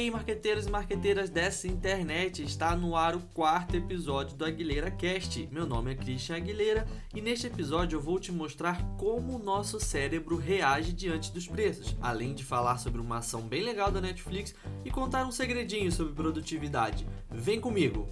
aí, marqueteiros e marqueteiras dessa internet, está no ar o 4º episódio do Aguilera Cast. Meu nome é Christian Aguilera e neste episódio eu vou te mostrar como o nosso cérebro reage diante dos preços, além de falar sobre uma ação bem legal da Netflix e contar um segredinho sobre produtividade. Vem comigo!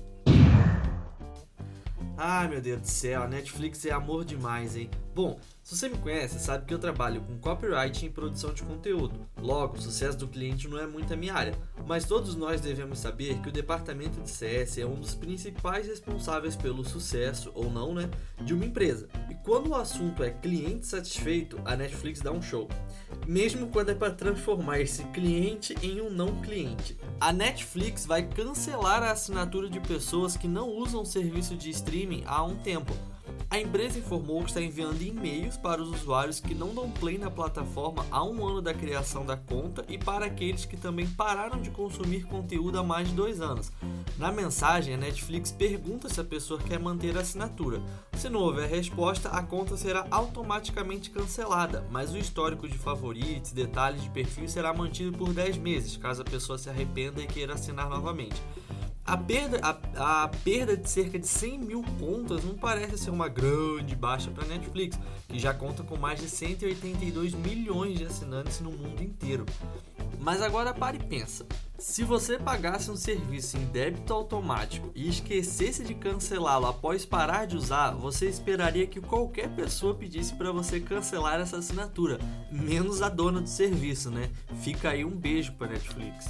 Ai meu Deus do céu, a Netflix é amor demais, hein? Bom, se você me conhece, sabe que eu trabalho com copywriting e produção de conteúdo. Logo, o sucesso do cliente não é muito a minha área, mas todos nós devemos saber que o departamento de CS é um dos principais responsáveis pelo sucesso, ou não, né, de uma empresa. E quando o assunto é cliente satisfeito, a Netflix dá um show. Mesmo quando é para transformar esse cliente em um não cliente. A Netflix vai cancelar a assinatura de pessoas que não usam o serviço de streaming há um tempo. A empresa informou que está enviando e-mails para os usuários que não dão play na plataforma há um ano da criação da conta e para aqueles que também pararam de consumir conteúdo há mais de 2 anos. Na mensagem, a Netflix pergunta se a pessoa quer manter a assinatura. Se não houver resposta, a conta será automaticamente cancelada, mas o histórico de favoritos e detalhes de perfil será mantido por 10 meses, caso a pessoa se arrependa e queira assinar novamente. A perda de cerca de 100 mil contas não parece ser uma grande baixa para a Netflix, que já conta com mais de 182 milhões de assinantes no mundo inteiro. Mas agora pare e pensa, se você pagasse um serviço em débito automático e esquecesse de cancelá-lo após parar de usar, você esperaria que qualquer pessoa pedisse para você cancelar essa assinatura, menos a dona do serviço, né? Fica aí um beijo para a Netflix.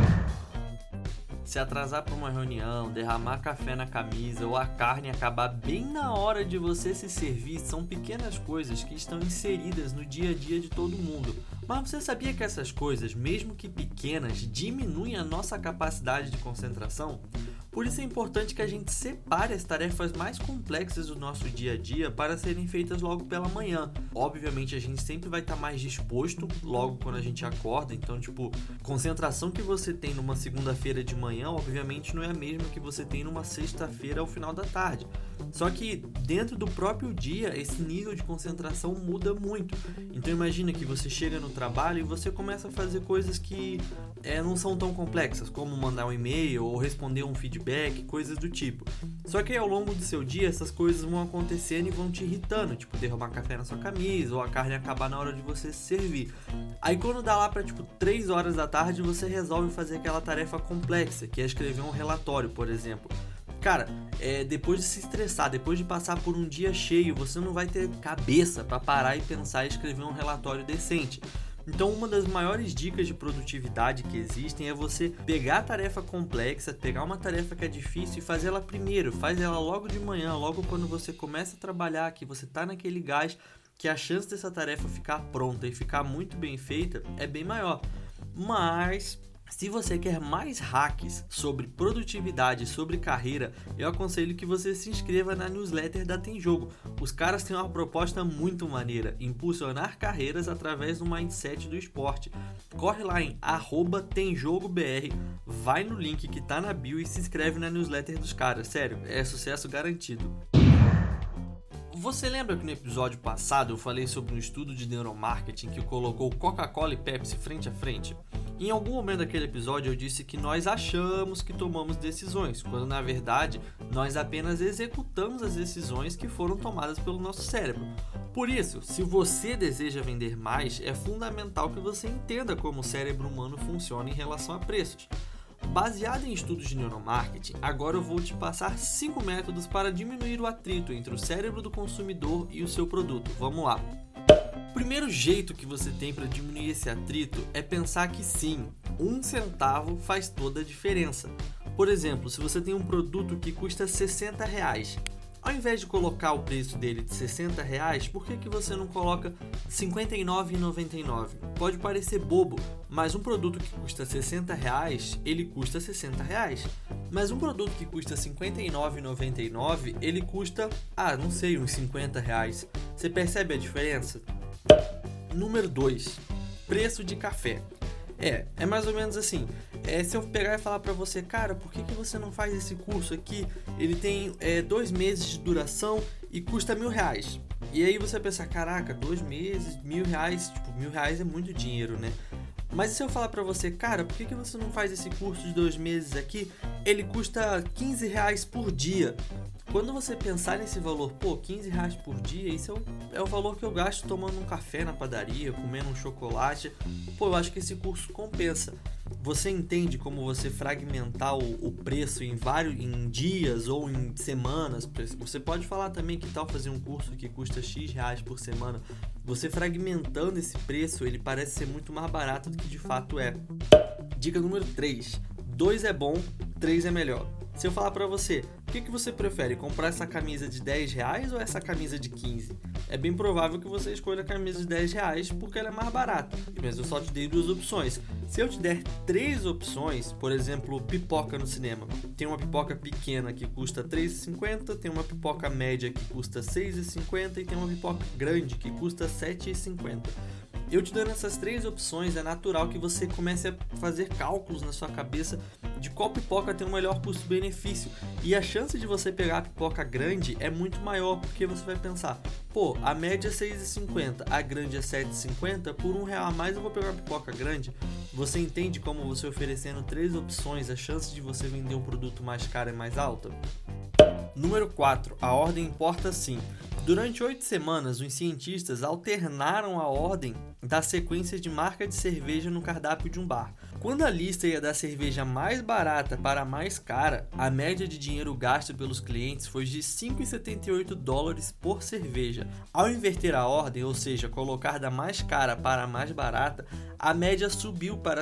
Se atrasar para uma reunião, derramar café na camisa ou a carne acabar bem na hora de você se servir são pequenas coisas que estão inseridas no dia a dia de todo mundo. Mas você sabia que essas coisas, mesmo que pequenas, diminuem a nossa capacidade de concentração? Por isso é importante que a gente separe as tarefas mais complexas do nosso dia a dia para serem feitas logo pela manhã. Obviamente a gente sempre vai estar mais disposto logo quando a gente acorda, então concentração que você tem numa segunda-feira de manhã, obviamente não é a mesma que você tem numa sexta-feira ao final da tarde. Só que dentro do próprio dia, esse nível de concentração muda muito. Então imagina que você chega no trabalho e você começa a fazer coisas que não são tão complexas, como mandar um e-mail ou responder um feedback, coisas do tipo. Só que ao longo do seu dia, essas coisas vão acontecendo e vão te irritando, tipo derramar café na sua camisa ou a carne acabar na hora de você se servir. Aí quando dá lá para 3 horas da tarde, você resolve fazer aquela tarefa complexa, que é escrever um relatório, por exemplo. Cara, depois de se estressar, depois de passar por um dia cheio, você não vai ter cabeça para parar e pensar e escrever um relatório decente. Então uma das maiores dicas de produtividade que existem é você pegar a tarefa complexa, pegar uma tarefa que é difícil e fazer ela primeiro, faz ela logo de manhã, logo quando você começa a trabalhar, que você está naquele gás, que a chance dessa tarefa ficar pronta e ficar muito bem feita é bem maior. Mas se você quer mais hacks sobre produtividade e sobre carreira, eu aconselho que você se inscreva na newsletter da Tem Jogo. Os caras têm uma proposta muito maneira, impulsionar carreiras através do mindset do esporte. Corre lá em @temjogobr, vai no link que tá na bio e se inscreve na newsletter dos caras. Sério, é sucesso garantido. Você lembra que no episódio passado eu falei sobre um estudo de neuromarketing que colocou Coca-Cola e Pepsi frente a frente? Em algum momento daquele episódio eu disse que nós achamos que tomamos decisões, quando na verdade nós apenas executamos as decisões que foram tomadas pelo nosso cérebro. Por isso, se você deseja vender mais, é fundamental que você entenda como o cérebro humano funciona em relação a preços. Baseado em estudos de neuromarketing, agora eu vou te passar 5 métodos para diminuir o atrito entre o cérebro do consumidor e o seu produto. Vamos lá! O primeiro jeito que você tem para diminuir esse atrito é pensar que sim, 1 centavo faz toda a diferença. Por exemplo, se você tem um produto que custa R$60, ao invés de colocar o preço dele de R$60, por que você não coloca R$ 59,99? Pode parecer bobo, mas um produto que custa R$60, ele custa R$60. Mas um produto que custa R$ 59,99, ele custa, uns R$50. Você percebe a diferença? Número 2. Preço de café. É mais ou menos assim. Se eu pegar e falar pra você, cara, por que você não faz esse curso aqui? Ele tem 2 meses de duração e custa R$1.000. E aí você pensa, caraca, 2 meses, R$1.000, R$1.000 é muito dinheiro, né? Mas se eu falar pra você, cara, por que você não faz esse curso de 2 meses aqui? Ele custa R$15 por dia. Quando você pensar nesse valor, R$15 por dia, isso é o valor que eu gasto tomando um café na padaria, comendo um chocolate. Eu acho que esse curso compensa. Você entende como você fragmentar o preço em dias ou em semanas? Você pode falar também que tal fazer um curso que custa X reais por semana. Você fragmentando esse preço, ele parece ser muito mais barato do que de fato é. Dica número 3. 2 é bom, 3 é melhor. Se eu falar pra você, o que você prefere, comprar essa camisa de R$10 ou essa camisa de 15? É bem provável que você escolha a camisa de R$10 porque ela é mais barata. Mas eu só te dei 2 opções. Se eu te der 3 opções, por exemplo, pipoca no cinema. Tem uma pipoca pequena que custa R$3,50, tem uma pipoca média que custa R$6,50 e tem uma pipoca grande que custa R$7,50. Eu te dando essas 3 opções, é natural que você comece a fazer cálculos na sua cabeça de qual pipoca tem o melhor custo-benefício. E a chance de você pegar a pipoca grande é muito maior, porque você vai pensar, a média é R$6,50, a grande é R$7,50, por R$1 a mais eu vou pegar a pipoca grande. Você entende como você oferecendo 3 opções, a chance de você vender um produto mais caro é mais alta? Número 4. A ordem importa sim. Durante 8 semanas, os cientistas alternaram a ordem da sequência de marca de cerveja no cardápio de um bar. Quando a lista ia da cerveja mais barata para a mais cara, a média de dinheiro gasto pelos clientes foi de $5,78 por cerveja. Ao inverter a ordem, ou seja, colocar da mais cara para a mais barata, a média subiu para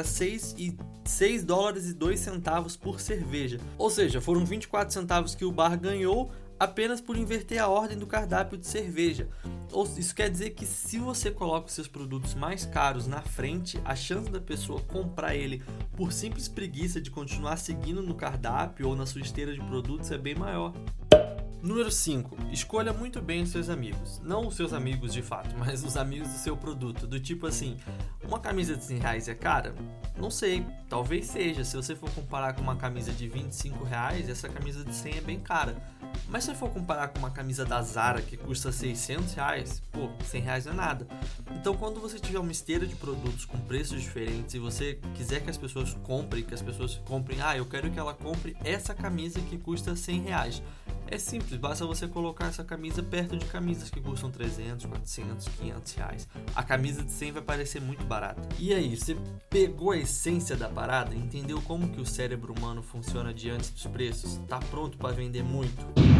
$6,02 por cerveja. Ou seja, foram 24 centavos que o bar ganhou apenas por inverter a ordem do cardápio de cerveja. Isso quer dizer que se você coloca os seus produtos mais caros na frente, a chance da pessoa comprar ele por simples preguiça de continuar seguindo no cardápio ou na sua esteira de produtos é bem maior. Número 5. Escolha muito bem os seus amigos. Não os seus amigos de fato, mas os amigos do seu produto. Do tipo assim, uma camisa de R$100 é cara? Não sei, talvez seja. Se você for comparar com uma camisa de R$25, essa camisa de 100 é bem cara. Mas se for comparar com uma camisa da Zara que custa R$600, R$100 não é nada. Então quando você tiver uma esteira de produtos com preços diferentes e você quiser que as pessoas comprem, eu quero que ela compre essa camisa que custa R$100. É simples, basta você colocar essa camisa perto de camisas que custam R$300, R$400, R$500. A camisa de 100 vai parecer muito barata. E aí, você pegou a essência da parada? Entendeu como que o cérebro humano funciona diante dos preços? Tá pronto para vender muito?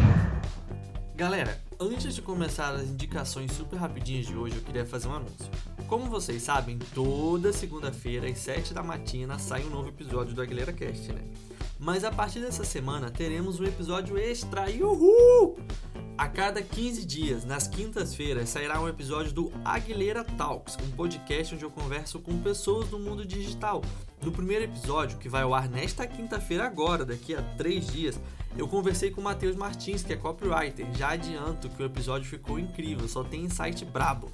Galera, antes de começar as indicações super rapidinhas de hoje, eu queria fazer um anúncio. Como vocês sabem, toda segunda-feira às 7 da matina sai um novo episódio do Aguilera Cast, né? Mas a partir dessa semana teremos um episódio extra, uhul! A cada 15 dias, nas quintas-feiras, sairá um episódio do Aguilera Talks, um podcast onde eu converso com pessoas do mundo digital. No primeiro episódio, que vai ao ar nesta quinta-feira agora, daqui a 3 dias, eu conversei com o Matheus Martins, que é copywriter. Já adianto que o episódio ficou incrível, só tem insight brabo.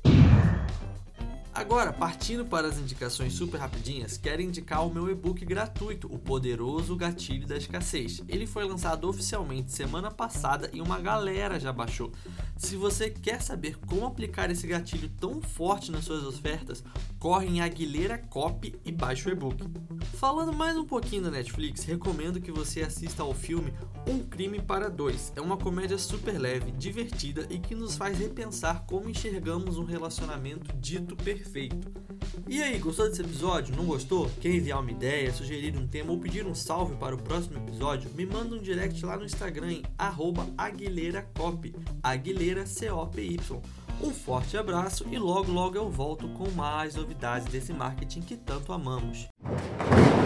Agora, partindo para as indicações super rapidinhas, quero indicar o meu e-book gratuito, O Poderoso Gatilho da Escassez. Ele foi lançado oficialmente semana passada e uma galera já baixou. Se você quer saber como aplicar esse gatilho tão forte nas suas ofertas, corre em Aguilera Copy e baixa o e-book. Falando mais um pouquinho da Netflix, recomendo que você assista ao filme Um Crime para Dois. É uma comédia super leve, divertida e que nos faz repensar como enxergamos um relacionamento dito perfeito. E aí, gostou desse episódio? Não gostou? Quer enviar uma ideia, sugerir um tema ou pedir um salve para o próximo episódio? Me manda um direct lá no Instagram em @AguileraCopy, Aguilera COPY. Um forte abraço e logo eu volto com mais novidades desse marketing que tanto amamos.